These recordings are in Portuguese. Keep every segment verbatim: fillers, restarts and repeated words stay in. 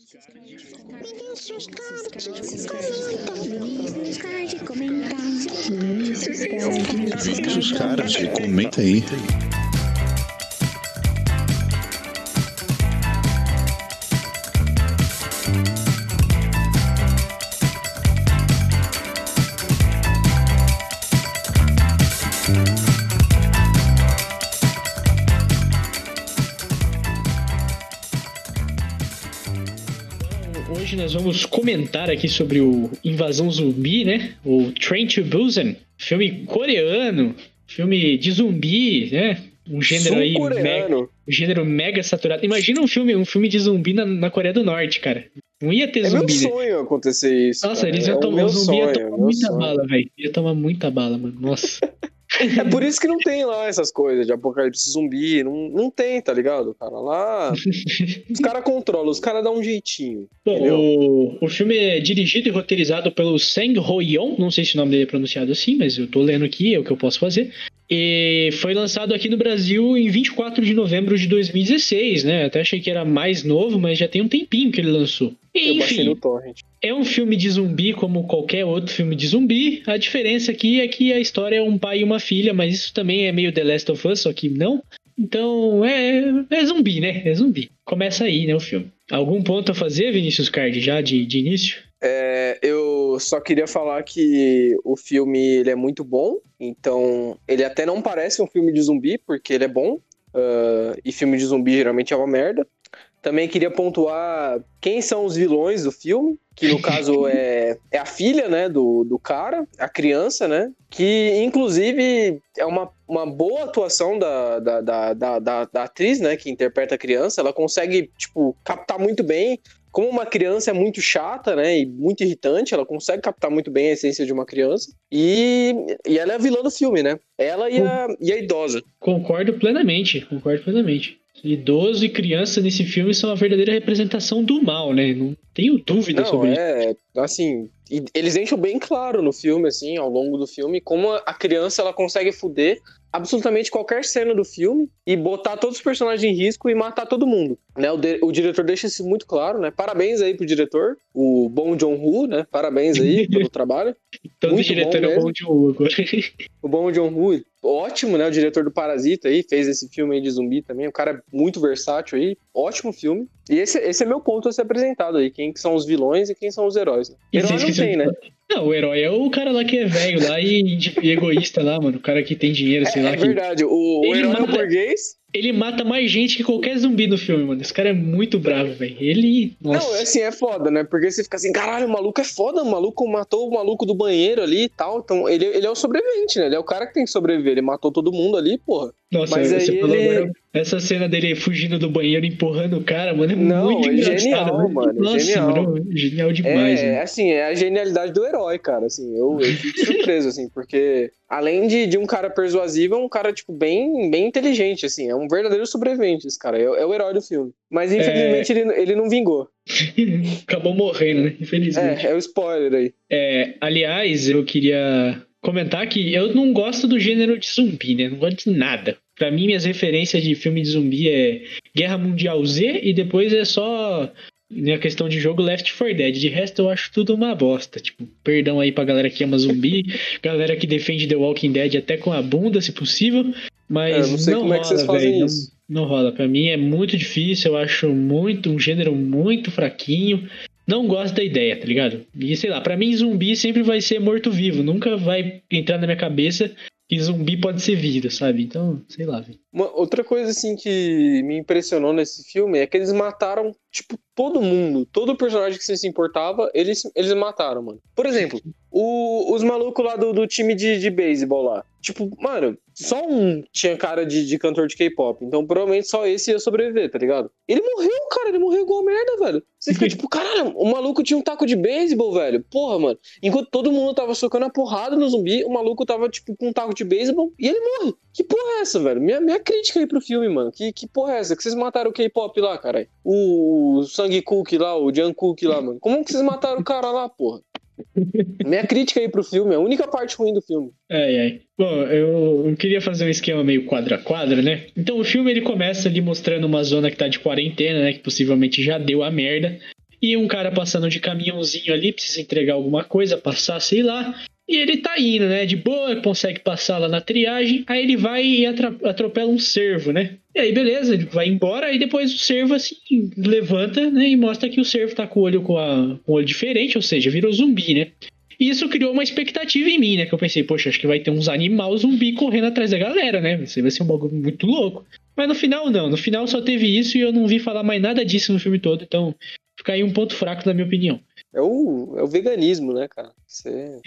Vinícius Card, comenta aí. Hoje nós vamos comentar aqui sobre o Invasão Zumbi, né? O Train to Busan, filme coreano, filme de zumbi, né? Um gênero aí, mega, um gênero mega saturado. Imagina um filme, um filme de zumbi na, na Coreia do Norte, cara. Não ia ter é zumbi, meu sonho né? acontecer isso. Nossa, cara. eles iam é tomar, o zumbi sonho, ia tomar muita sonho. bala, velho. Ia tomar muita bala, mano. Nossa. É por isso que não tem lá essas coisas de apocalipse zumbi. Não, não tem, tá ligado, cara? Lá os caras controlam, os caras dão um jeitinho. Bom, o, o filme é dirigido e roteirizado pelo Sang Ho-yeon. Não sei se o nome dele é pronunciado assim, mas eu tô lendo aqui, é o que eu posso fazer. E foi lançado aqui no Brasil em vinte e quatro de novembro de dois mil e dezesseis, né? Até achei que era mais novo, mas já tem um tempinho que ele lançou. Eu Enfim, baixei no torrent. É um filme de zumbi como qualquer outro filme de zumbi. A diferença aqui é que a história é um pai e uma filha, mas isso também é meio The Last of Us, só que não. Então é, é zumbi, né? É zumbi. Começa aí, né, o filme. Algum ponto a fazer, Vinícius Card, já de, de início? É, eu só queria falar que o filme ele é muito bom. Então, ele até não parece um filme de zumbi, porque ele é bom. Uh, e filme de zumbi geralmente é uma merda. Também queria pontuar quem são os vilões do filme, que no caso é, é a filha, né, do, do cara, a criança, né, que inclusive é uma, uma boa atuação da, da, da, da, da, da atriz, né, que interpreta a criança. Ela consegue, tipo, captar muito bem. Como uma criança é muito chata, né, e muito irritante, ela consegue captar muito bem a essência de uma criança. E, e ela é a vilã do filme, né, ela e a, e a idosa. Concordo plenamente, concordo plenamente. Idoso e criança nesse filme são a verdadeira representação do mal, né? Não tenho dúvida Não, sobre é, isso. Assim, eles deixam bem claro no filme, assim, ao longo do filme, como a criança ela consegue foder absolutamente qualquer cena do filme e botar todos os personagens em risco e matar todo mundo, né? O, de, o diretor deixa isso muito claro, né? Parabéns aí pro diretor, o Bong Joon-ho, né? Parabéns aí pelo trabalho. Todo muito diretor é o Bong Joon-ho agora. O Bong Joon-ho, ótimo, né? O diretor do Parasita aí, fez esse filme aí de zumbi também. O cara é muito versátil aí, ótimo filme. E esse, esse é meu ponto a ser apresentado aí, quem que são os vilões e quem são os heróis. Né? Herói não tem, né? Não, o herói é o cara lá que é velho lá e, e egoísta lá, mano. O cara que tem dinheiro, sei é, lá. É verdade, que... o, o herói mata, é o burguês. Ele mata mais gente que qualquer zumbi no filme, mano. Esse cara é muito bravo, velho. Ele... Nossa. Não, assim, é foda, né? Porque você fica assim, caralho, o maluco é foda, o maluco matou o maluco do banheiro ali e tal. Então, ele, ele é o sobrevivente, né? Ele é o cara que tem que sobreviver. Ele matou todo mundo ali, porra. Nossa, mas você aí falou ele... agora, essa cena dele fugindo do banheiro, empurrando o cara, mano, é Não, muito é engraçado. genial, mano. Nossa, genial. Mano, genial demais. É, mano. assim, é a genialidade do herói, cara, assim, eu, eu fico surpreso, assim, porque além de, de um cara persuasivo, é um cara, tipo, bem, bem inteligente, assim, é um verdadeiro sobrevivente, esse cara, é, é o herói do filme. Mas, infelizmente, é... ele, ele não vingou. Acabou morrendo, né, infelizmente. É, é o spoiler aí. É, aliás, eu queria comentar que eu não gosto do gênero de zumbi, né, não gosto de nada. Pra mim, minhas referências de filme de zumbi é Guerra Mundial Z e depois é só... Na questão de jogo Left four Dead. De resto, eu acho tudo uma bosta. Tipo, perdão aí pra galera que ama zumbi, galera que defende The Walking Dead até com a bunda, se possível. Mas é, não sei não como rola, é que vocês fazem véio, isso. Não, não rola. Pra mim é muito difícil. Eu acho muito um gênero muito fraquinho. Não gosto da ideia, tá ligado? E sei lá, pra mim zumbi sempre vai ser morto-vivo. Nunca vai entrar na minha cabeça que zumbi pode ser vida, sabe? Então, sei lá, velho. Uma outra coisa, assim, que me impressionou nesse filme é que eles mataram, tipo, todo mundo. Todo personagem que você se importava, eles, eles mataram, mano. Por exemplo, o, os malucos lá do, do time de, de beisebol lá. Tipo, mano, só um tinha cara de, de cantor de K-pop. Então, provavelmente, só esse ia sobreviver, tá ligado? Ele morreu, cara. Ele morreu igual merda, velho. Você fica tipo, caralho, o maluco tinha um taco de beisebol, velho. Porra, mano. Enquanto todo mundo tava socando a porrada no zumbi, o maluco tava, tipo, com um taco de beisebol e ele morre. Que porra é essa, velho? Minha, minha crítica aí pro filme, mano. Que, que porra é essa? Que vocês mataram o K-pop lá, caralho? O Sang-Kook lá, o Jungkook lá, mano. Como que vocês mataram o cara lá, porra? Minha crítica aí pro filme, a única parte ruim do filme. Ai, ai. Bom, eu, eu queria fazer um esquema meio quadra a quadra, né? Então o filme ele começa ali mostrando uma zona que tá de quarentena, né? Que possivelmente já deu a merda. e um cara passando de caminhãozinho ali, precisa entregar alguma coisa, passar, sei lá, e ele tá indo, né, de boa, consegue passar lá na triagem, aí ele vai e atropela um cervo, né, e aí beleza, ele vai embora, e depois o cervo, assim, levanta, né, e mostra que o cervo tá com o olho, com, a, com o olho diferente, ou seja, virou zumbi, né. E isso criou uma expectativa em mim, né? Que eu pensei, poxa, acho que vai ter uns animais zumbi correndo atrás da galera, né? Isso vai ser um bagulho muito louco. Mas no final, não. No final só teve isso e eu não vi falar mais nada disso no filme todo. Então, fica aí um ponto fraco, na minha opinião. É o, é o veganismo, né, cara? Você...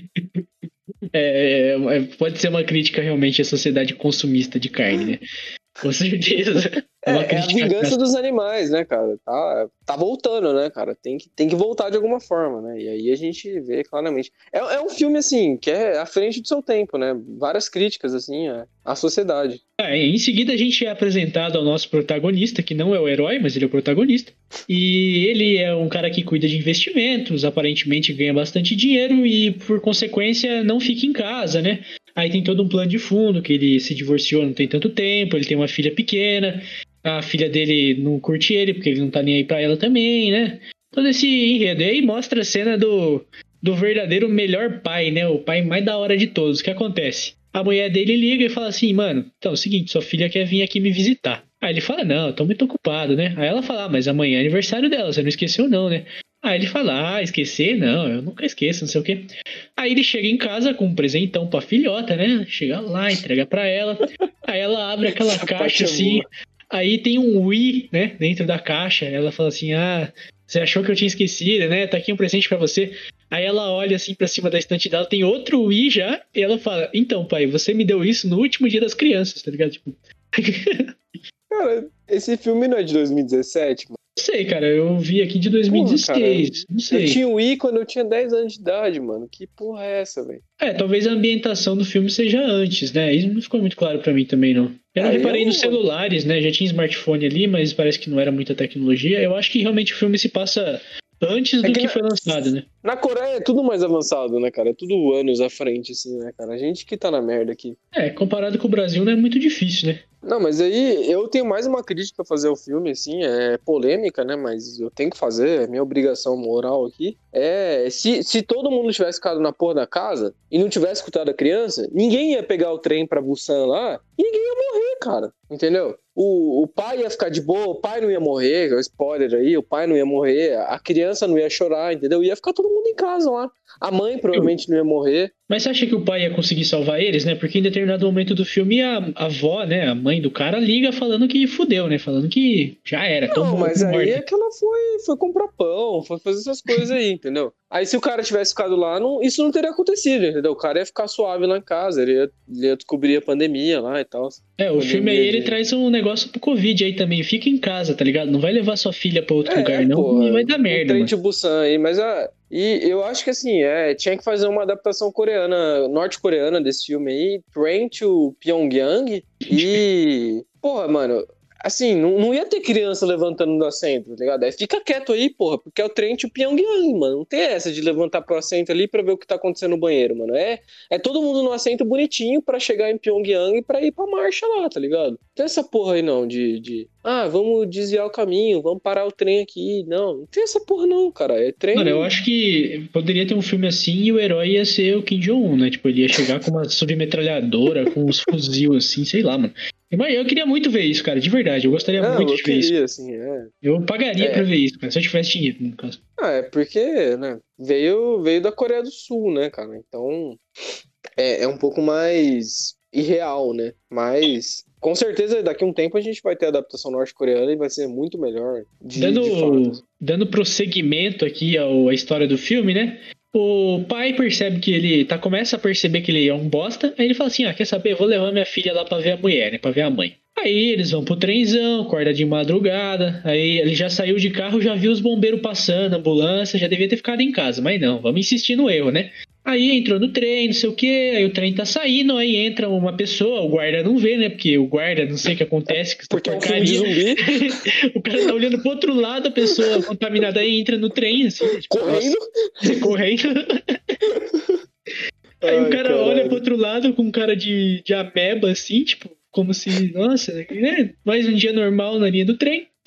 é, é, pode ser uma crítica realmente à sociedade consumista de carne, né? Com certeza. É, é, é a vingança dos animais, né, cara? Tá, tá voltando, né, cara? Tem que, tem que voltar de alguma forma, né? E aí a gente vê claramente. É, é um filme, assim, que é à frente do seu tempo, né? Várias críticas, assim, à, à sociedade. É, em seguida a gente é apresentado ao nosso protagonista, que não é o herói, mas ele é o protagonista. E ele é um cara que cuida de investimentos, aparentemente ganha bastante dinheiro e, por consequência, não fica em casa, né? Aí tem todo um plano de fundo, que ele se divorciou não tem tanto tempo, ele tem uma filha pequena, a filha dele não curte ele, porque ele não tá nem aí pra ela também, né? Todo esse enredo. E aí mostra a cena do, do verdadeiro melhor pai, né? O pai mais da hora de todos. O que acontece? A mulher dele liga e fala assim, mano, então é o seguinte, sua filha quer vir aqui me visitar. Aí ele fala, não, eu tô muito ocupado, né? Aí ela fala, ah, mas amanhã é aniversário dela, você não esqueceu não, né? Aí ele fala, ah, esquecer? Não, eu nunca esqueço, não sei o quê. Aí ele chega em casa com um presentão pra filhota, né? Chega lá, entrega pra ela. Aí ela abre aquela caixa assim. Aí tem um Wii, né? Dentro da caixa. Ela fala assim, ah, você achou que eu tinha esquecido, né? Tá aqui um presente pra você. Aí ela olha assim pra cima da estante dela, tem outro Wii já. E ela fala, então, pai, você me deu isso no último dia das crianças, tá ligado? Tipo... Cara, esse filme não é de dois mil e dezessete, mano? Não sei, cara, eu vi aqui de dois mil e dezesseis, porra, não sei. Eu tinha o Wii quando eu tinha dez anos de idade, mano. Que porra é essa, velho? É, talvez a ambientação do filme seja antes, né? Isso não ficou muito claro pra mim também, não. Eu não é, reparei eu... nos celulares, né? Já tinha smartphone ali, mas parece que não era muita tecnologia. Eu acho que realmente o filme se passa antes do é que, que na... foi lançado, né? Na Coreia é tudo mais avançado, né, cara? É tudo anos à frente, assim, né, cara? A gente que tá na merda aqui. É, comparado com o Brasil não é muito difícil, né? Não, mas aí eu tenho mais uma crítica a fazer ao filme, assim, é polêmica, né, mas eu tenho que fazer, é minha obrigação moral aqui. É, se, se todo mundo tivesse ficado na porra da casa e não tivesse escutado a criança, ninguém ia pegar o trem pra Busan lá e ninguém ia morrer, cara, entendeu? O, o pai ia ficar de boa, o pai não ia morrer, spoiler aí, o pai não ia morrer, a criança não ia chorar, entendeu? Ia ficar todo mundo em casa lá. A mãe provavelmente não ia morrer. Mas você acha que o pai ia conseguir salvar eles, né? Porque em determinado momento do filme a, a avó, né, a mãe do cara liga falando que fudeu, né? Falando que já era. Não, mas aí é que ela foi, foi comprar pão, foi fazer essas coisas aí, entendeu? Aí se o cara tivesse ficado lá, não, isso não teria acontecido, entendeu? O cara ia ficar suave lá em casa, ele ia, ele ia descobrir a pandemia lá e tal. É, o filme aí, ele de... traz um negócio pro Covid aí também. Fica em casa, tá ligado? Não vai levar sua filha pra outro é, lugar, não, porra, e vai dar merda, um trem de Busan aí, mas a... E eu acho que assim, é, tinha que fazer uma adaptação coreana, norte-coreana desse filme aí, Train to Pyongyang, e... Porra, mano, assim, não, não ia ter criança levantando do assento, tá ligado? Aí fica quieto aí, porra, porque é o Train to Pyongyang, mano. Não tem essa de levantar pro assento ali pra ver o que tá acontecendo no banheiro, mano. É, é todo mundo no assento bonitinho pra chegar em Pyongyang e pra ir pra marcha lá, tá ligado? Não tem essa porra aí não, de... de... Ah, vamos desviar o caminho, vamos parar o trem aqui. Não, não tem essa porra não, cara. É trem... Mano, eu acho que poderia ter um filme assim e o herói ia ser o Kim Jong-un, né? Tipo, ele ia chegar com uma submetralhadora, com uns fuzil assim, sei lá, mano. Mas eu queria muito ver isso, cara, de verdade. Eu gostaria não, muito eu de queria, ver isso. Assim, é. Eu pagaria é. pra ver isso, cara, se eu tivesse dinheiro, no caso. Ah, é porque, né, veio, veio da Coreia do Sul, né, cara? Então, é, é um pouco mais irreal, né? Mas... Com certeza, daqui a um tempo a gente vai ter a adaptação norte-coreana e vai ser muito melhor. De, dando, de fato. Dando prosseguimento aqui ao, à história do filme, né? O pai percebe que ele tá, começa a perceber que ele é um bosta. Aí ele fala assim, ah, quer saber? Vou levar minha filha lá pra ver a mulher, né? Pra ver a mãe. Aí eles vão pro trenzão, acorda de madrugada. Aí ele já saiu de carro, já viu os bombeiros passando, ambulância, já devia ter ficado em casa. Mas não, vamos insistir no erro, né? Aí entrou no trem, não sei o que, aí o trem tá saindo, aí entra uma pessoa, o guarda não vê, né? Porque o guarda, não sei o que acontece, que porque é um filme de zumbi. O cara tá olhando pro outro lado, a pessoa contaminada aí entra no trem, assim. Tipo, correndo? Nossa, correndo. Aí Ai, o cara caralho. olha pro outro lado com cara de, de ameba, assim, tipo, como se, nossa, né? Mais um dia normal na linha do trem.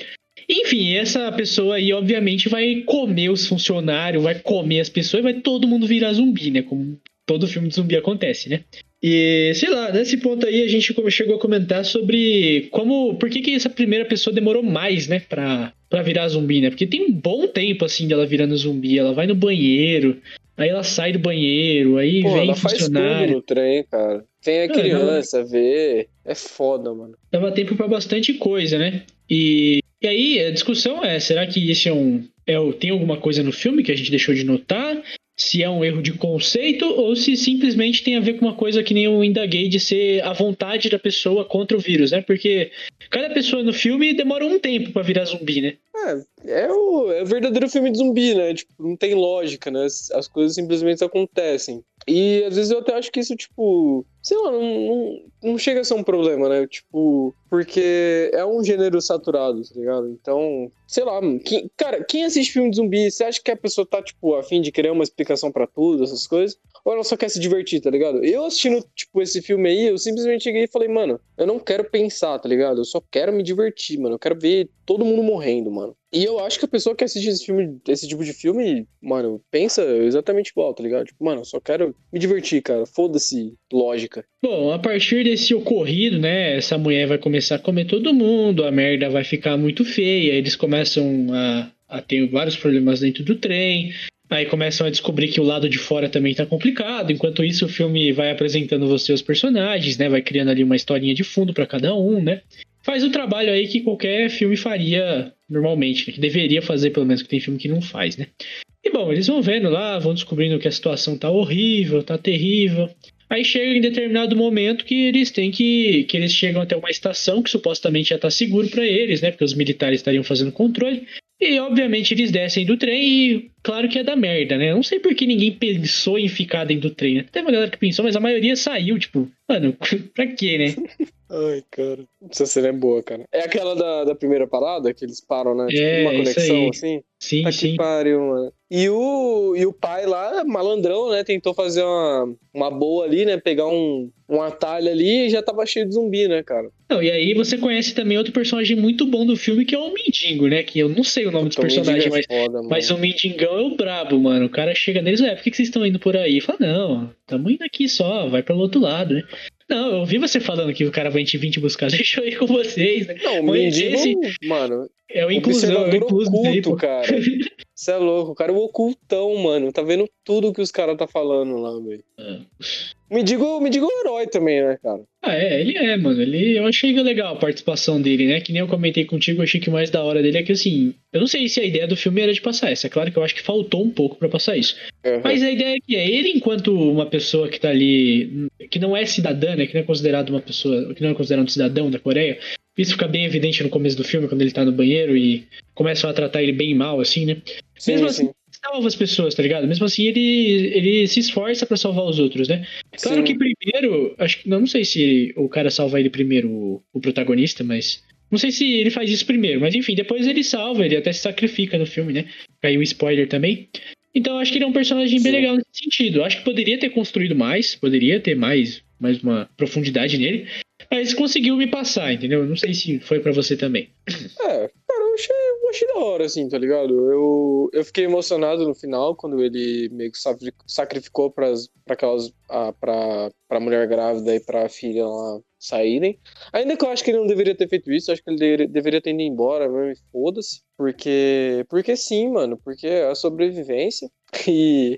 Enfim, essa pessoa aí, obviamente, vai comer os funcionários, vai comer as pessoas e vai todo mundo virar zumbi, né? Como todo filme de zumbi acontece, né? E, sei lá, nesse ponto aí a gente chegou a comentar sobre como, por que que essa primeira pessoa demorou mais, né, pra, pra virar zumbi, né? Porque tem um bom tempo, assim, dela virando zumbi. Ela vai no banheiro, aí ela sai do banheiro, aí Pô, vem ela faz tudo funcionário. no trem, cara. Tem a Ah, criança, vê. É foda, mano. Dava tempo pra bastante coisa, né? E, e aí a discussão é, será que esse é um... É, o- tem alguma coisa no filme que a gente deixou de notar? Se é um erro de conceito ou se simplesmente tem a ver com uma coisa que nem o Indagate de ser a vontade da pessoa contra o vírus, né? Porque cada pessoa no filme demora um tempo pra virar zumbi, né? É, é o, é o verdadeiro filme de zumbi, né? Tipo, não tem lógica, né? As, as coisas simplesmente acontecem. E às vezes eu até acho que isso, tipo, sei lá, não, não, não chega a ser um problema, né? Tipo, porque é um gênero saturado, tá ligado? Então, sei lá, quem, cara, quem assiste filme de zumbi, você acha que a pessoa tá, tipo, a fim de querer uma explicação pra tudo, essas coisas? Ou ela só quer se divertir, tá ligado? Eu assistindo, tipo, esse filme aí, eu simplesmente cheguei e falei, mano, eu não quero pensar, tá ligado? Eu só quero me divertir, mano. Eu quero ver todo mundo morrendo, mano. E eu acho que a pessoa que assiste esse filme, esse tipo de filme, mano, pensa exatamente igual, tá ligado? Tipo, mano, eu só quero me divertir, cara. Foda-se lógica. Bom, a partir desse ocorrido, né, essa mulher vai começar a comer todo mundo, a merda vai ficar muito feia, eles começam a, a ter vários problemas dentro do trem, aí começam a descobrir que o lado de fora também tá complicado, enquanto isso o filme vai apresentando você os personagens, né, vai criando ali uma historinha de fundo pra cada um, né, faz o trabalho aí que qualquer filme faria normalmente, né, que deveria fazer pelo menos, que tem filme que não faz, né. E bom, eles vão vendo lá, vão descobrindo que a situação tá horrível, tá terrível. Aí chega em determinado momento que eles têm que. que eles chegam até uma estação que supostamente já tá seguro pra eles, né? Porque os militares estariam fazendo controle. E obviamente eles descem do trem e claro que é da merda, né? Eu não sei por que ninguém pensou em ficar dentro do trem, né? Teve uma galera que pensou, mas a maioria saiu, tipo, mano, pra quê, né? Ai, cara. Essa cena é boa, cara. É aquela da, da primeira parada que eles param, né? Tipo, É, uma isso conexão aí. assim. Sim, Tá sim. que pariu, mano. E o, e o pai lá, malandrão, né? Tentou fazer uma, uma boa ali, né? Pegar um, um atalho ali e já tava cheio de zumbi, né, cara? Não, e aí você conhece também outro personagem muito bom do filme, que é o Mendigo, né? Que eu não sei o nome dos Puta, o Mendigo personagens, é mas, foda, mano. mas o Mendigão é o brabo, mano. O cara chega neles, é, por que que vocês estão indo por aí? Fala, não, tamo indo aqui só, vai pelo outro lado, né? Não, eu ouvi você falando que o cara vai te vir te buscar, deixa eu ir com vocês, né? Não, o Mas Mendigo, esse mano, é o inclusão, é o observador incluso aí, oculto, pô. cara. Você é louco, o cara é o ocultão, mano. Tá vendo tudo que os caras tá falando lá, velho. Ah. O Mendigo, o Mendigo é um herói também, né, cara? Ah, é, ele é, mano. Ele, eu achei legal a participação dele, né? Que nem eu comentei contigo, eu achei que o mais da hora dele é que, assim, eu não sei se a ideia do filme era de passar essa. É claro que eu acho que faltou um pouco pra passar isso. Uhum. Mas a ideia é que é ele, enquanto uma pessoa que tá ali, que não é cidadã, né? Que não é considerado uma pessoa, que não é considerado um cidadão da Coreia. Isso fica bem evidente no começo do filme, quando ele tá no banheiro e começam a tratar ele bem mal, assim, né? Sim, Mesmo sim. assim, salva as pessoas, tá ligado? Mesmo assim, ele, ele se esforça pra salvar os outros, né? Claro Sim. que primeiro, acho que não, não sei se o cara salva ele primeiro, o, o protagonista, mas não sei se ele faz isso primeiro, mas enfim, depois ele salva, ele até se sacrifica no filme, né? Caiu um spoiler também. Então acho que ele é um personagem bem Sim. legal nesse sentido. Acho que poderia ter construído mais, poderia ter mais, mais uma profundidade nele, mas conseguiu me passar, entendeu? Não sei se foi pra você também. É, cara, eu achei, eu achei da hora, assim, tá ligado? Eu, eu fiquei emocionado no final, quando ele meio que sacri- sacrificou pras, pra aquelas. A, pra, pra mulher grávida e pra filha lá saírem. Ainda que eu acho que ele não deveria ter feito isso, eu acho que ele deveria, deveria ter ido embora mesmo e foda-se. Porque. Porque sim, mano, porque é a sobrevivência. E.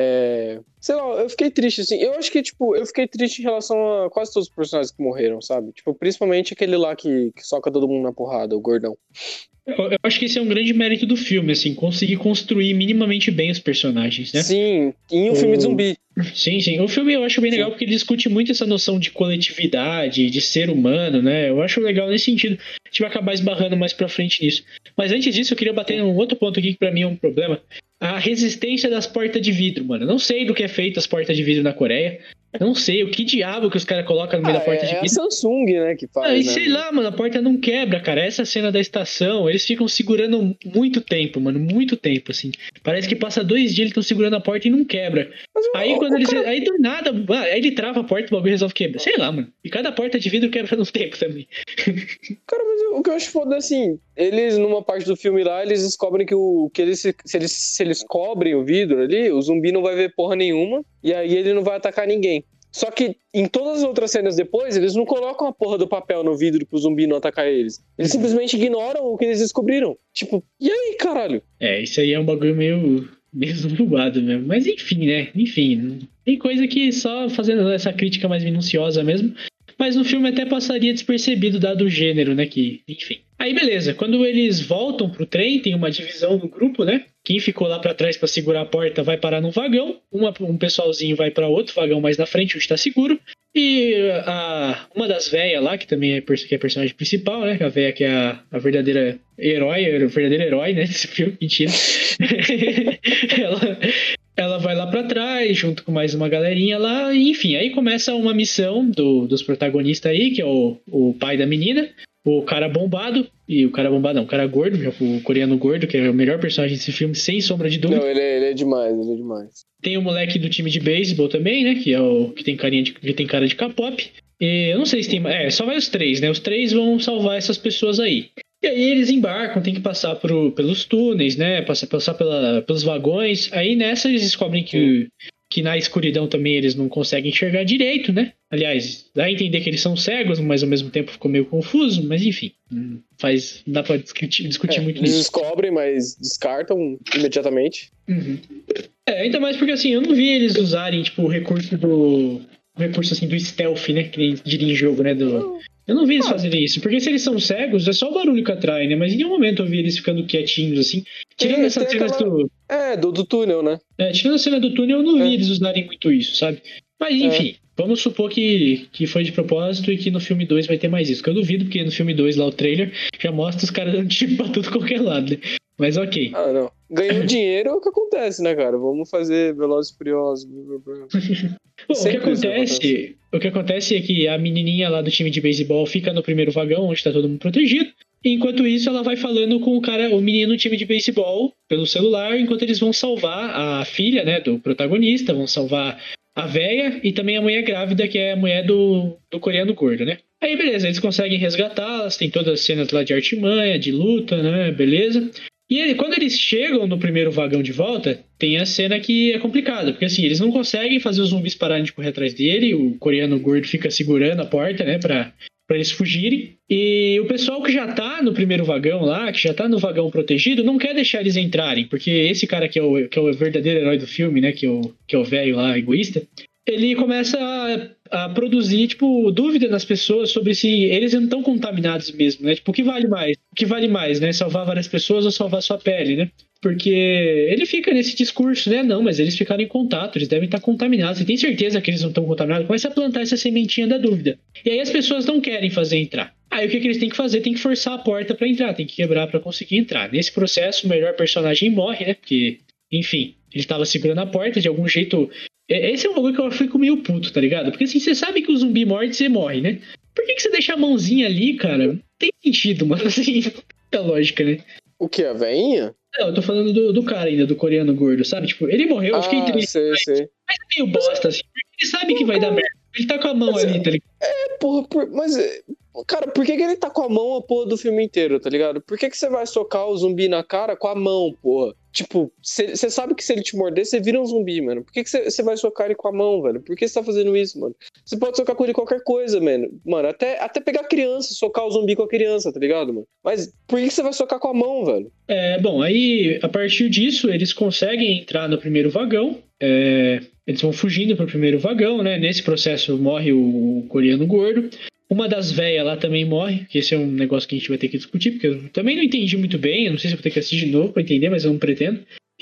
É, sei lá, eu fiquei triste, assim. Eu acho que, tipo, eu fiquei triste em relação a quase todos os personagens que morreram, sabe? Tipo, principalmente aquele lá que, que soca todo mundo na porrada, o gordão. Eu, eu acho que esse é um grande mérito do filme, assim, conseguir construir minimamente bem os personagens, né? Sim, em um O- filme de zumbi. Sim, sim. O filme eu acho bem legal Sim. porque ele discute muito essa noção de coletividade, de ser humano, né? Eu acho legal nesse sentido. A gente vai acabar esbarrando mais pra frente nisso. Mas antes disso, eu queria bater em um outro ponto aqui que pra mim é um problema. A resistência das portas de vidro, mano. Eu não sei do que é feito as portas de vidro na Coreia. Eu não sei o que diabo que os caras colocam no meio Ah, da porta é, de é a vidro. Samsung, né, que Ah, faz, e né? sei mano? lá, mano, a porta não quebra, cara. Essa cena da estação, eles ficam segurando muito tempo, mano, muito tempo, assim. Parece que passa dois dias eles estão segurando a porta e não quebra. Mas Aí quando ele. Cara... Aí do nada, aí ele trava a porta e o bagulho resolve quebrar. Sei lá, mano. E cada porta de vidro quebra no tempo também. Cara, mas o que eu acho foda é assim, eles, numa parte do filme lá, eles descobrem que o. Que eles, se, eles, se eles cobrem o vidro ali, o zumbi não vai ver porra nenhuma. E aí ele não vai atacar ninguém. Só que em todas as outras cenas depois, eles não colocam a porra do papel no vidro pro zumbi não atacar eles. Eles simplesmente ignoram o que eles descobriram. Tipo, e aí, caralho? É, isso aí é um bagulho meio, meio zoado mesmo. Mas enfim, né? Enfim, tem coisa que só fazendo essa crítica mais minuciosa mesmo. Mas no filme até passaria despercebido dado o gênero, né? Que, enfim. Aí beleza, quando eles voltam pro trem, tem uma divisão no grupo, né? Quem ficou lá pra trás pra segurar a porta vai parar num vagão, uma, um pessoalzinho vai pra outro vagão mais na frente, onde tá seguro, e a, uma das véias lá, que também é, que é a personagem principal, né? A véia que é a, a verdadeira herói, a verdadeira herói, né? Desse filme, mentira. ela, ela vai lá pra trás, junto com mais uma galerinha lá, e enfim, aí começa uma missão do, dos protagonistas aí, que é o, o pai da menina, o cara bombado, e o cara bombado não, o cara gordo, o coreano gordo, que é o melhor personagem desse filme, sem sombra de dúvida. Não, ele é, ele é demais, ele é demais. Tem o moleque do time de beisebol também, né, que é o que tem, carinha de, que tem cara de K-pop. E eu não sei se tem... É, só vai os três, né, os três vão salvar essas pessoas aí. E aí eles embarcam, tem que passar por, pelos túneis, né, passar, passar pela, pelos vagões. Aí nessa eles descobrem que... que na escuridão também eles não conseguem enxergar direito, né? Aliás, dá a entender que eles são cegos, mas ao mesmo tempo ficou meio confuso, mas enfim, faz, não dá pra discutir, discutir é, muito eles nisso. Eles descobrem, mas descartam imediatamente. Uhum. É, ainda mais porque assim, eu não vi eles usarem, tipo, o recurso do... o recurso, assim, do stealth, né? Que nem diria em jogo, né? Do... Eu não vi eles ah. fazerem isso, porque se eles são cegos, é só o barulho que atrai, né? Mas em nenhum momento eu vi eles ficando quietinhos, assim. Tirando é, essa cena aquela... do... É, do, do túnel, né? É, tirando a cena do túnel, eu não vi é. eles usarem muito isso, sabe? Mas enfim, é. vamos supor que, que foi de propósito e que no filme dois vai ter mais isso. Que eu duvido, porque no filme dois, lá o trailer, já mostra os caras dando tiro pra tudo qualquer lado, né? Mas ok. Ah, não. Ganhou dinheiro é o que acontece, né, cara? Vamos fazer Velozes e Furiosos. Bom, o que acontece, acontece, o que acontece é que a menininha lá do time de beisebol fica no primeiro vagão, onde tá todo mundo protegido. Enquanto isso, ela vai falando com o cara, o menino do time de beisebol, pelo celular, enquanto eles vão salvar a filha, né, do protagonista, vão salvar a véia e também a mulher grávida, que é a mulher do, do coreano gordo, né? Aí, beleza, eles conseguem resgatá-las, tem todas as cenas lá de artimanha, de luta, né, beleza. E ele, quando eles chegam no primeiro vagão de volta, tem a cena que é complicada, porque assim, eles não conseguem fazer os zumbis pararem de correr atrás dele, o coreano gordo fica segurando a porta, né, pra... pra eles fugirem, e o pessoal que já tá no primeiro vagão lá, que já tá no vagão protegido, não quer deixar eles entrarem, porque esse cara que é o, que é o verdadeiro herói do filme, né, que é o, que é o velho lá, egoísta, ele começa a, a produzir, tipo, dúvida nas pessoas sobre se eles não estão contaminados mesmo, né, tipo, o que vale mais? O que vale mais, né, salvar várias pessoas ou salvar sua pele, né? Porque ele fica nesse discurso, né? Não, mas eles ficaram em contato, eles devem estar contaminados. Você tem certeza que eles não estão contaminados? Começa a plantar essa sementinha da dúvida. E aí as pessoas não querem fazer entrar. Aí o que, que eles têm que fazer? Tem que forçar a porta para entrar, tem que quebrar para conseguir entrar. Nesse processo, o melhor personagem morre, né? Porque, enfim, ele estava segurando a porta de algum jeito. Esse é um bagulho que eu fico meio puto, tá ligado? Porque assim, você sabe que o zumbi morde, você morre, né? Por que, que você deixa a mãozinha ali, cara? Não tem sentido, mano. Assim, não é lógica, né? O que, a veinha? Não, eu tô falando do, do cara ainda, do coreano gordo, sabe? Tipo, ele morreu, eu fiquei ah, triste. Sei, mas, sei. mas é meio bosta, assim. Porque ele sabe que vai dar merda. Ele tá com a mão mas, ali, tá ligado? É, porra, por, mas... Cara, por que, que ele tá com a mão a porra do filme inteiro, tá ligado? Por que, que você vai socar o zumbi na cara com a mão, porra? Tipo, você sabe que se ele te morder, você vira um zumbi, mano. Por que você vai socar ele com a mão, velho? Por que você tá fazendo isso, mano? Você pode socar com ele qualquer coisa, mano. Mano, até, até pegar criança, socar o zumbi com a criança, tá ligado, mano? Mas por que você vai socar com a mão, velho? É, bom, aí, a partir disso, eles conseguem entrar no primeiro vagão. É, eles vão fugindo pro primeiro vagão, né? Nesse processo morre o coreano gordo. Uma das véias lá também morre, que esse é um negócio que a gente vai ter que discutir, porque eu também não entendi muito bem, eu não sei se eu vou ter que assistir de novo pra entender, mas eu não pretendo.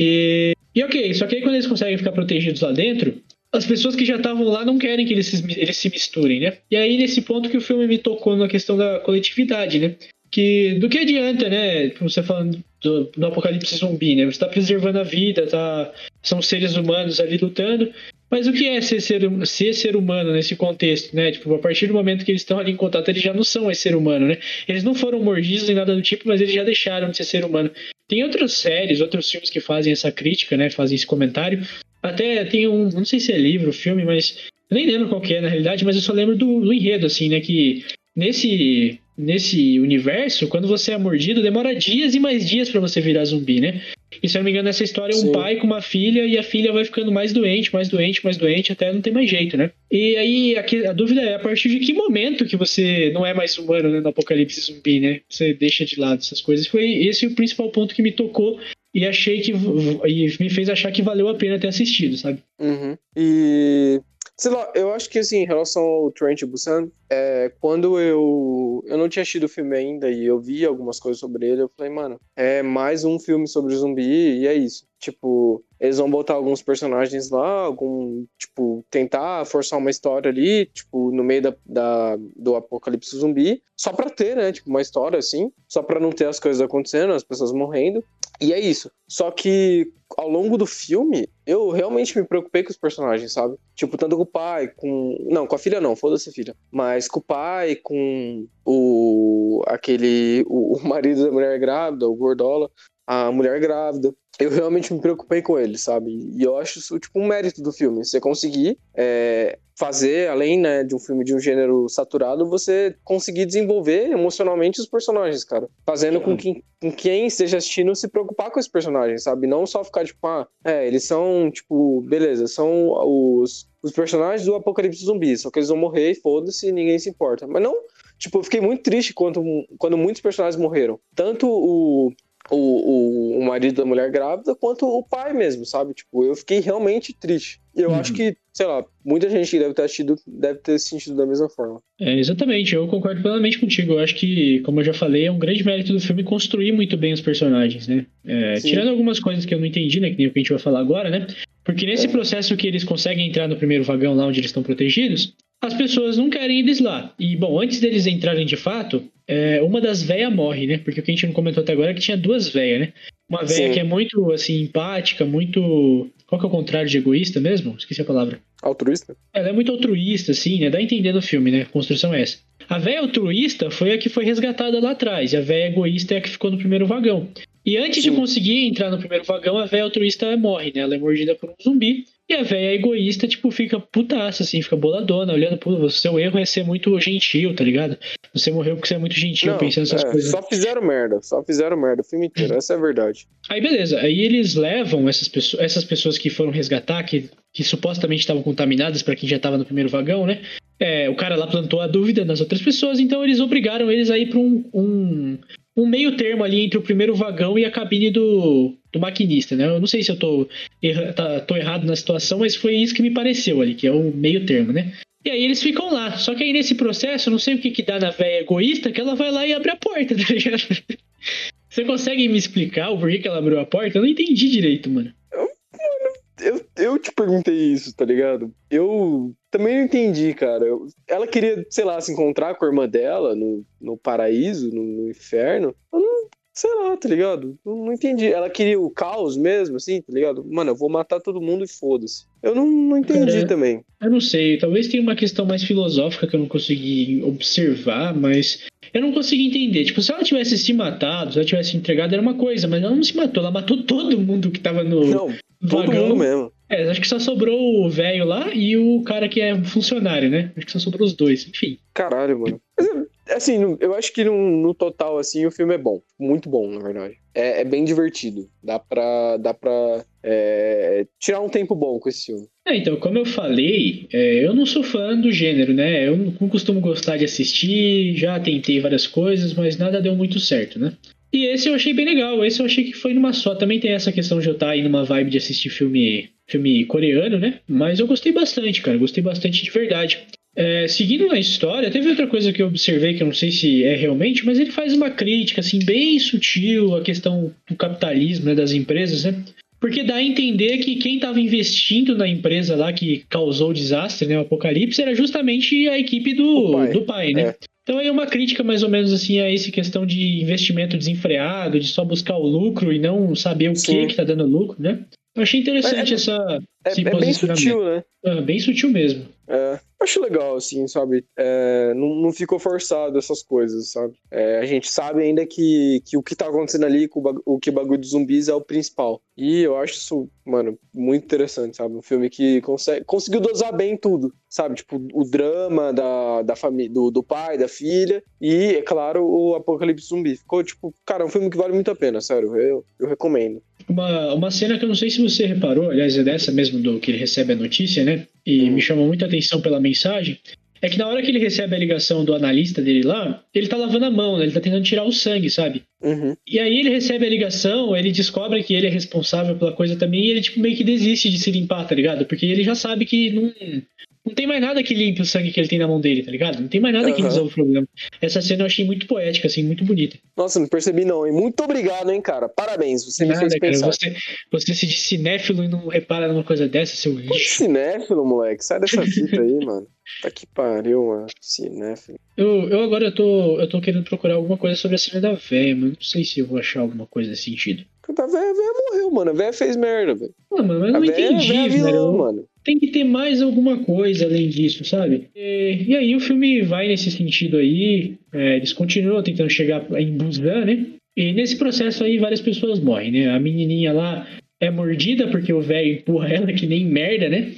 E, e ok, só que aí quando eles conseguem ficar protegidos lá dentro, as pessoas que já estavam lá não querem que eles se, eles se misturem, né? E aí nesse ponto que o filme me tocou na questão da coletividade, né? Que do que adianta, né? Você falando do, do apocalipse zumbi, né? Você tá preservando a vida, tá, são seres humanos ali lutando. Mas o que é ser ser, ser ser humano nesse contexto, né? Tipo, a partir do momento que eles estão ali em contato, eles já não são esse ser humano, né? Eles não foram mordidos nem nada do tipo, mas eles já deixaram de ser ser humano. Tem outras séries, outros filmes que fazem essa crítica, né? Fazem esse comentário. Até tem um, não sei se é livro, filme, mas eu nem lembro qual que é na realidade, mas eu só lembro do, do enredo, assim, né? Que nesse, nesse universo, quando você é mordido, demora dias e mais dias pra você virar zumbi, né? E se eu não me engano, nessa história é um Sim. pai com uma filha e a filha vai ficando mais doente, mais doente, mais doente, até não ter mais jeito, né? E aí a, que- a dúvida é a partir de que momento que você não é mais humano, né, no apocalipse zumbi, né? Você deixa de lado essas coisas. Foi esse o principal ponto que me tocou e achei que e me fez achar que valeu a pena ter assistido, sabe? Uhum. E, sei lá, eu acho que, assim, em relação ao Train to Busan, é, quando eu, eu não tinha assistido o filme ainda e eu vi algumas coisas sobre ele, eu falei, mano, é mais um filme sobre zumbi e é isso. Tipo, eles vão botar alguns personagens lá, algum, tipo, tentar forçar uma história ali, tipo, no meio da, da- do apocalipse zumbi, só pra ter, né, tipo, uma história, assim, só pra não ter as coisas acontecendo, as pessoas morrendo. E é isso. Só que ao longo do filme, eu realmente me preocupei com os personagens, sabe? Tipo, tanto com o pai, com. Não, com a filha não, foda-se a filha. Mas com o pai, com o. aquele. O, o marido da mulher grávida, o Gordola, a mulher grávida. Eu realmente me preocupei com eles, sabe? E eu acho isso, tipo, um mérito do filme. Você conseguir é, fazer, além, né, de um filme de um gênero saturado, você conseguir desenvolver emocionalmente os personagens, cara. Fazendo com que com quem esteja assistindo se preocupar com esses personagens, sabe? Não só ficar, tipo, ah, é, eles são, tipo, beleza, são os, os personagens do apocalipse zumbi, só que eles vão morrer e foda-se e ninguém se importa. Mas não, tipo, eu fiquei muito triste quando, quando muitos personagens morreram. Tanto o, o, o, o marido da mulher grávida, quanto o pai mesmo, sabe? Tipo, eu fiquei realmente triste. E eu Uhum. acho que, sei lá, muita gente que deve ter assistido deve ter se sentido da mesma forma. É, exatamente, eu concordo plenamente contigo. Eu acho que, como eu já falei, é um grande mérito do filme construir muito bem os personagens, né? É, Sim. tirando algumas coisas que eu não entendi, né? Que nem o que a gente vai falar agora, né? Porque nesse É. processo que eles conseguem entrar no primeiro vagão lá onde eles estão protegidos, as pessoas não querem eles lá. E, bom, antes deles entrarem de fato, é, uma das véias morre, né? Porque o que a gente não comentou até agora é que tinha duas véias, né? Uma véia Sim. que é muito, assim, empática, muito... Qual que é o contrário de egoísta mesmo? Esqueci a palavra. Altruísta? Ela é muito altruísta, assim, né? Dá a entender no filme, né? A construção é essa. A véia altruísta foi a que foi resgatada lá atrás, e a véia egoísta é a que ficou no primeiro vagão. E antes Sim. de conseguir entrar no primeiro vagão, a véia altruísta morre, né? Ela é mordida por um zumbi. E a véia egoísta, tipo, fica putaça, assim, fica boladona, olhando, pô, o seu erro é ser muito gentil, tá ligado? Você morreu porque você é muito gentil, Não, pensando nessas é, coisas. só fizeram merda, só fizeram merda o filme inteiro, essa é a verdade. Aí beleza, aí eles levam essas pessoas, essas pessoas que foram resgatar, que, que supostamente estavam contaminadas pra quem já tava no primeiro vagão, né? É, o cara lá plantou a dúvida nas outras pessoas, então eles obrigaram eles a ir pra um, um, um meio termo ali entre o primeiro vagão e a cabine do, do maquinista, né? Eu não sei se eu tô, erra, tá, tô errado na situação, mas foi isso que me pareceu ali, que é o meio termo, né? E aí eles ficam lá, só que aí nesse processo, eu não sei o que que dá na véia egoísta, que ela vai lá e abre a porta, tá ligado? Você consegue me explicar o porquê que ela abriu a porta? Eu não entendi direito, mano. Eu, eu te perguntei isso, tá ligado? Eu também não entendi, cara. Eu- ela queria, sei lá, se encontrar com a irmã dela no, no paraíso, no, no inferno. Eu não, sei lá, tá ligado? Não, não entendi. Ela queria o caos mesmo, assim, tá ligado? Mano, eu vou matar todo mundo e foda-se. Eu não, não entendi Cara, também. Eu não sei, talvez tenha uma questão mais filosófica que eu não consegui observar, mas eu não consegui entender. Tipo, se ela tivesse se matado, se ela tivesse entregado, era uma coisa, mas ela não se matou, ela matou todo mundo que tava no Não, todo vagão. mundo mesmo. É, acho que só sobrou o velho lá e o cara que é funcionário, né? Acho que só sobrou os dois, enfim. Caralho, mano. Mas, assim, no- eu acho que no, no total, assim, o filme é bom. Muito bom, na verdade. É, é bem divertido. Dá pra, dá pra é, tirar um tempo bom com esse filme. É, então, como eu falei, é, eu não sou fã do gênero, né? Eu não costumo gostar de assistir, já tentei várias coisas, mas nada deu muito certo, né? E esse eu achei bem legal, esse eu achei que foi numa só. Também tem essa questão de eu estar aí numa vibe de assistir filme, filme coreano, né? Mas eu gostei bastante, cara, gostei bastante de verdade. É, seguindo na história, teve outra coisa que eu observei que eu não sei se é realmente, mas ele faz uma crítica, assim, bem sutil à questão do capitalismo, né, das empresas, né? Porque dá a entender que quem estava investindo na empresa lá que causou o desastre, né, o apocalipse, era justamente a equipe do, O pai. do pai, né? É. Então é uma crítica mais ou menos assim a essa questão de investimento desenfreado, de só buscar o lucro e não saber o Sim. que que tá dando lucro, né? Eu achei interessante É- é- essa, É, esse é bem posicionamento. sutil, né? Ah, bem sutil mesmo. É, acho legal, assim, sabe? É, não, não ficou forçado essas coisas, sabe? É, a gente sabe ainda que, que o que tá acontecendo ali, com o, bag- o que o bagulho dos zumbis é o principal. E eu acho isso, mano, muito interessante, sabe? Um filme que consegue, conseguiu dosar bem tudo, sabe? Tipo, o drama da, da família, do, do pai, da filha e, é claro, o apocalipse zumbi. Ficou, tipo, cara, é um filme que vale muito a pena, sério. Eu, eu recomendo. Uma, uma cena que eu não sei se você reparou, aliás, é dessa mesmo do que ele recebe a notícia, né? E Uhum. me chamou muita atenção pela mensagem. É que na hora que ele recebe a ligação do analista dele lá, ele tá lavando a mão, né? Ele tá tentando tirar o sangue, sabe? Uhum. E aí ele recebe a ligação, ele descobre que ele é responsável pela coisa também, e ele tipo meio que desiste de se limpar, tá ligado? Porque ele já sabe que não, não tem mais nada que limpe o sangue que ele tem na mão dele, tá ligado? Não tem mais nada que Aham. resolva o problema. Essa cena eu achei muito poética, assim, muito bonita. Nossa, não percebi não, hein? Muito obrigado, hein, cara? Parabéns, você me fez Nada, cara. pensar. Você, você se diz cinéfilo e não repara numa coisa dessa, seu Pô, lixo. cinéfilo, moleque. Sai dessa fita aí, mano. Tá que pariu, mano. Cinéfilo. Eu, eu agora eu tô, eu tô querendo procurar alguma coisa sobre a cena da véia, mas não sei se eu vou achar alguma coisa nesse sentido. A véia, a véia morreu, mano. A véia fez merda, velho. Ah, mano, mas eu A não véia, a véia entendi, é vilã, velho. mano. Tem que ter mais alguma coisa além disso, sabe? E, e aí o filme vai nesse sentido aí, é, eles continuam tentando chegar em Busan, né? E nesse processo aí várias pessoas morrem, né? A menininha lá é mordida porque o velho empurra ela que nem merda, né?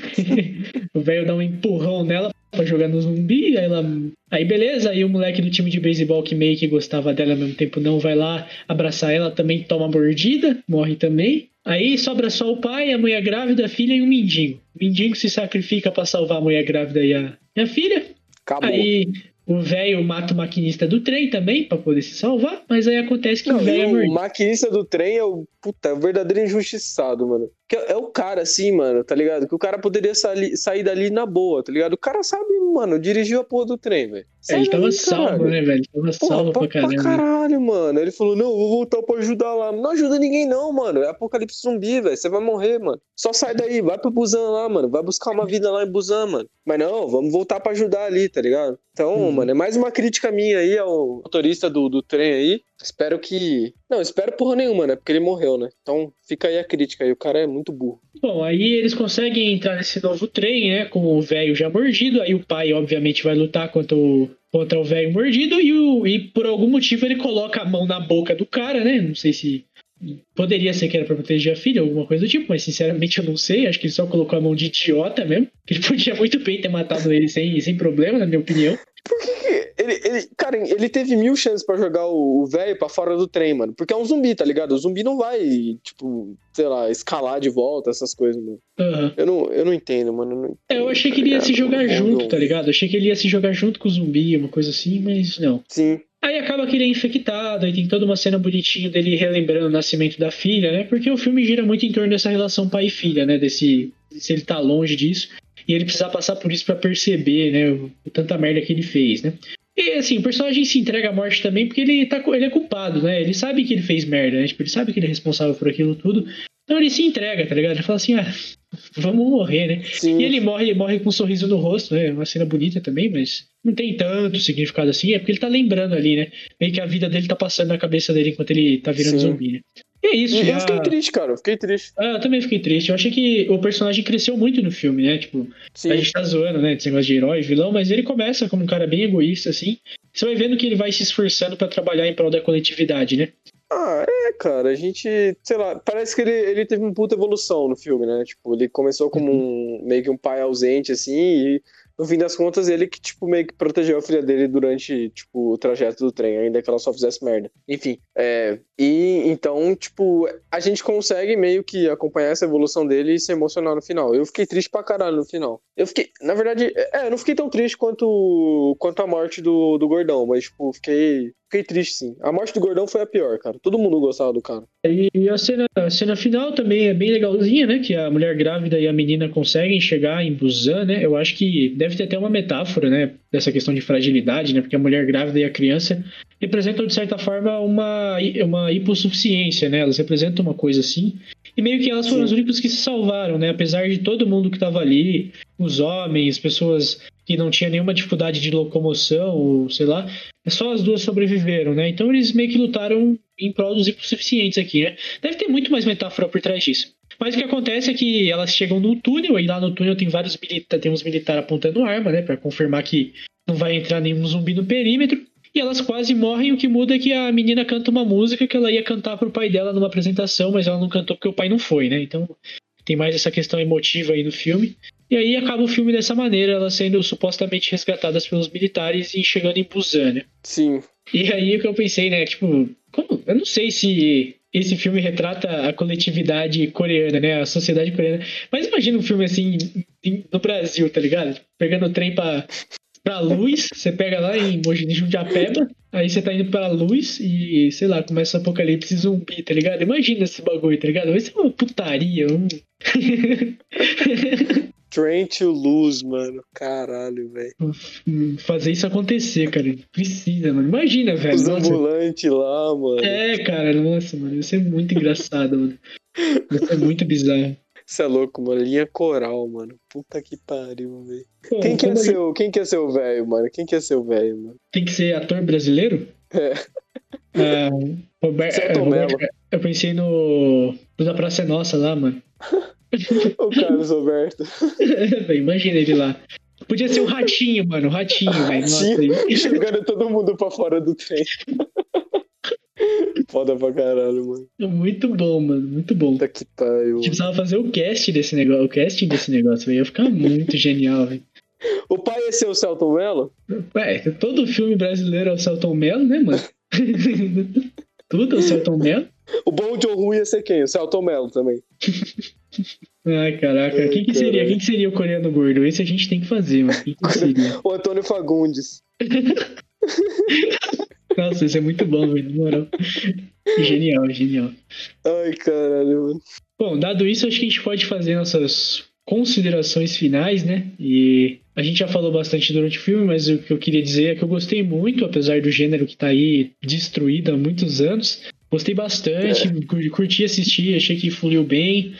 O velho dá um empurrão nela pra jogar no zumbi, aí ela... Aí beleza, aí o moleque do time de beisebol que meio que gostava dela ao mesmo tempo não vai lá abraçar ela, também toma mordida, morre também. Aí sobra só o pai, a mulher grávida, a filha e o mendigo. O mendigo se sacrifica pra salvar a mulher grávida e a, e a filha. Acabou. Aí o velho mata o maquinista do trem também pra poder se salvar, mas aí acontece que Não, o velho e é o mordido. maquinista do trem é o, puta, é o verdadeiro injustiçado, mano. Que é, é o cara, assim, mano, tá ligado? Que o cara poderia sair, sair dali na boa, tá ligado? O cara sabe, mano, dirigiu a porra do trem, velho. É, ele Sai tava daí, salvo, caralho. né, velho? Ele tava Porra, salvo pra, pra pra caramba. caralho, mano. Ele falou, não, eu vou voltar pra ajudar lá. Não ajuda ninguém não, mano. É apocalipse zumbi, velho. Você vai morrer, mano. Só sai daí, vai pro Busan lá, mano. Vai buscar uma vida lá em Busan, mano. Mas não, vamos voltar pra ajudar ali, tá ligado? Então, Uhum. mano, é mais uma crítica minha aí ao motorista do, do trem aí. Espero que... Não, espero porra nenhuma, né? Porque ele morreu, né? Então, fica aí a crítica aí. O cara é muito burro. Bom, aí eles conseguem entrar nesse novo trem, né? Com o velho já mordido. Aí o pai, obviamente, vai lutar contra o, contra o velho mordido. E, o, e por algum motivo ele coloca a mão na boca do cara, né? Não sei se. Poderia ser que era pra proteger a filha, alguma coisa do tipo, mas sinceramente eu não sei. Acho que ele só colocou a mão de idiota mesmo. Ele podia muito bem ter matado ele sem, sem problema, na minha opinião. Por que que ele, ele... Cara, ele teve mil chances pra jogar o velho pra fora do trem, mano. Porque é um zumbi, tá ligado? O zumbi não vai, tipo, sei lá, escalar de volta, essas coisas, mano. Uhum. Eu não, eu não entendo, mano. Eu, não entendo, É, eu achei tá que ele ia ligado? se jogar Não, junto, não. tá ligado? Eu achei que ele ia se jogar junto com o zumbi, uma coisa assim, mas não. Sim. Aí acaba que ele é infectado, aí tem toda uma cena bonitinha dele relembrando o nascimento da filha, né? Porque o filme gira muito em torno dessa relação pai e filha, né? Desse, se ele tá longe disso. E ele precisa passar por isso pra perceber, né? O, o tanta merda que ele fez, né? E assim, o personagem se entrega à morte também porque ele, tá, ele é culpado, né? Ele sabe que ele fez merda, né? Tipo, ele sabe que ele é responsável por aquilo tudo. Então ele se entrega, tá ligado? Ele fala assim, ah, vamos morrer, né? Sim. E ele morre, ele morre com um sorriso no rosto, né? Uma cena bonita também, mas não tem tanto significado assim. É porque ele tá lembrando ali, né? Meio que a vida dele tá passando na cabeça dele enquanto ele tá virando Sim. zumbi, né? E é isso, E já... eu fiquei triste, cara. Eu fiquei triste. Ah, eu também fiquei triste. Eu achei que o personagem cresceu muito no filme, né? Tipo, Sim. a gente tá zoando, né? Desse negócio de herói, vilão, mas ele começa como um cara bem egoísta, assim. Você vai vendo que ele vai se esforçando pra trabalhar em prol da coletividade, né? Ah, é, cara. A gente, sei lá, parece que ele, ele teve uma puta evolução no filme, né? Tipo, ele começou como um meio que um pai ausente, assim, e no fim das contas, ele que, tipo, meio que protegeu a filha dele durante, tipo, o trajeto do trem, ainda que ela só fizesse merda. Enfim, é... E, então, tipo, a gente consegue meio que acompanhar essa evolução dele e se emocionar no final. Eu fiquei triste pra caralho no final. Eu fiquei... Na verdade, é, eu não fiquei tão triste quanto, quanto a morte do, do Gordão, mas, tipo, fiquei... Fiquei triste, sim. A morte do Gordão foi a pior, cara. Todo mundo gostava do cara. E a cena, a cena final também é bem legalzinha, né? Que a mulher grávida e a menina conseguem chegar em Busan, né? Eu acho que deve ter até uma metáfora, né? Dessa questão de fragilidade, né? Porque a mulher grávida e a criança representam, de certa forma, uma, uma hipossuficiência, né? Elas representam uma coisa assim. E meio que elas foram os únicos que se salvaram, né? Apesar de todo mundo que estava ali, os homens, pessoas que não tinham nenhuma dificuldade de locomoção, ou sei lá, só as duas sobreviveram, né? Então eles meio que lutaram em prol dos hipossuficientes aqui, né? Deve ter muito mais metáfora por trás disso. Mas o que acontece é que elas chegam no túnel, e lá no túnel tem vários militares, tem uns militares apontando arma, né? Pra confirmar que não vai entrar nenhum zumbi no perímetro. E elas quase morrem, o que muda é que a menina canta uma música que ela ia cantar pro pai dela numa apresentação, mas ela não cantou porque o pai não foi, né? Então tem mais essa questão emotiva aí no filme. E aí acaba o filme dessa maneira, elas sendo supostamente resgatadas pelos militares e chegando em Busan, né? Sim. E aí o que eu pensei, né? Tipo, como? Eu não sei se esse filme retrata a coletividade coreana, né? A sociedade coreana. Mas imagina um filme assim no Brasil, tá ligado? Pegando o trem pra, pra Luz, você pega lá em Mogi de Jundiapeba, aí você tá indo pra Luz e, sei lá, começa o apocalipse zumbi, tá ligado? Imagina esse bagulho, tá ligado? Vai ser uma putaria. Um... Train to Lose, mano. Caralho, velho. Fazer isso acontecer, cara. Precisa, mano. Imagina, velho. Os Nossa. ambulantes lá, mano. É, cara. Nossa, mano. Isso é muito engraçado, mano. Isso é muito bizarro. Isso é louco, mano. Linha coral, mano. Puta que pariu, velho. Quem, que é seu, quem que é seu velho, mano? Quem que é seu velho, mano? Tem que ser ator brasileiro? É. Ah, Robert, Celton Robert, Mello. eu pensei no... no Da Praça é Nossa lá, mano. O Carlos Roberto. Imagina ele lá. Podia ser o Ratinho, mano. O Ratinho, velho. Ratinho jogando todo mundo pra fora do trem. Foda pra caralho, mano. Muito bom, mano. Muito bom. Puta que pariu. A gente precisava fazer o cast desse negócio. O casting desse negócio, velho. Ia ficar muito genial, velho. O pai ia ser o Celton Mello? Ué, todo filme brasileiro é o Celton Mello, né, mano? Tudo é o Celton Mello. O bom de John ia ser quem? O Celton Mello também. Ai, caraca. Ai, quem que seria? Quem que seria o coreano gordo? Esse a gente tem que fazer, mano. Quem que seria? O Antônio Fagundes. Nossa, isso é muito bom, velho. Na moral. Genial, genial. Ai, caralho, mano. Bom, dado isso, acho que a gente pode fazer nossas considerações finais, né? E a gente já falou bastante durante o filme, mas o que eu queria dizer é que eu gostei muito, apesar do gênero que tá aí destruído há muitos anos. Gostei bastante, é. curti assistir, achei que fluiu bem.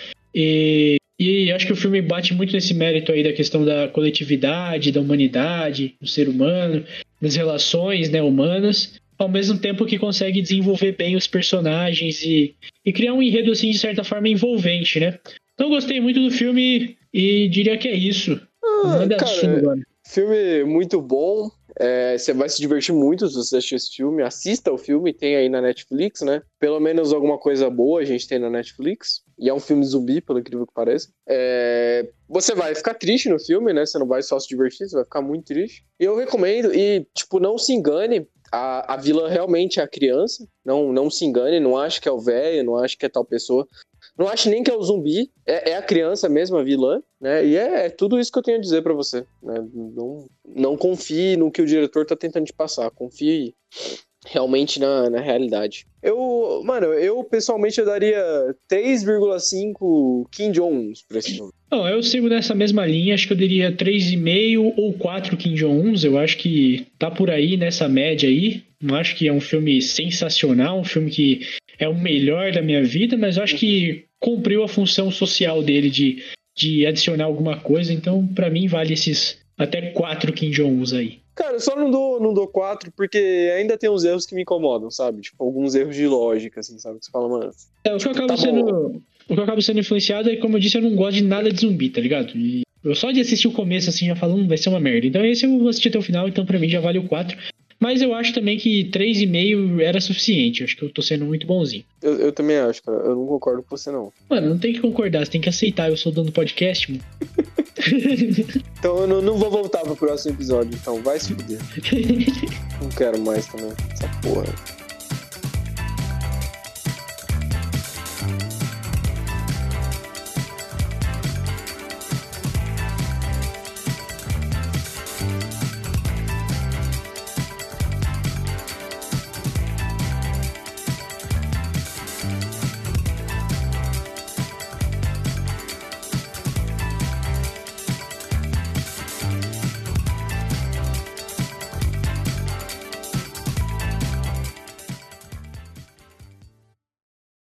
E, e acho que o filme bate muito nesse mérito aí da questão da coletividade, da humanidade, do ser humano, das relações, né, humanas, ao mesmo tempo que consegue desenvolver bem os personagens e, e criar um enredo, assim, de certa forma envolvente, né? Então gostei muito do filme e diria que é isso. Ah, Manda cara, agora. Filme muito bom. É, você vai se divertir muito se você assistir esse filme. Assista o filme, tem aí na Netflix, né? Pelo menos alguma coisa boa a gente tem na Netflix. E é um filme zumbi, pelo incrível que pareça. É, você vai ficar triste no filme, né? Você não vai só se divertir, você vai ficar muito triste. E eu recomendo, e tipo, não se engane, a, a vilã realmente é a criança. Não, não se engane, não ache que é o velho, não ache que é tal pessoa. Não acho nem que é o zumbi, é, é a criança mesmo, a vilã, né? E é, é tudo isso que eu tenho a dizer pra você, né? Não, não confie no que o diretor tá tentando te passar, confie realmente na, na realidade. Eu, mano, eu pessoalmente eu daria três vírgula cinco Kim Jong-uns pra esse filme. Não, eu sigo nessa mesma linha, acho que eu daria três vírgula cinco ou quatro Kim Jong-uns, eu acho que tá por aí nessa média aí. Não acho que é um filme sensacional, um filme que é o melhor da minha vida, mas eu acho que cumpriu a função social dele de, de adicionar alguma coisa, então pra mim vale esses até quatro Kim Jong-uns aí. Cara, eu só não dou, não dou quatro porque ainda tem uns erros que me incomodam, sabe? Tipo, alguns erros de lógica, assim, sabe? Que você fala, mano... É, o que eu acabo tá sendo... bom. O que eu acabo sendo influenciado é que, como eu disse, eu não gosto de nada de zumbi, tá ligado? E eu só de assistir o começo, assim, já falo, hum, vai ser uma merda. Então esse eu vou assistir até o final, então pra mim já vale o quatro. Mas eu acho também que três vírgula cinco era suficiente. Eu acho que eu tô sendo muito bonzinho. Eu, eu também acho, cara. Eu não concordo com você, não. Mano, não tem que concordar, você tem que aceitar. Eu sou dono do podcast, mano. Então eu não, não vou voltar pro próximo episódio, então. Vai se fuder. Não quero mais também. Essa porra.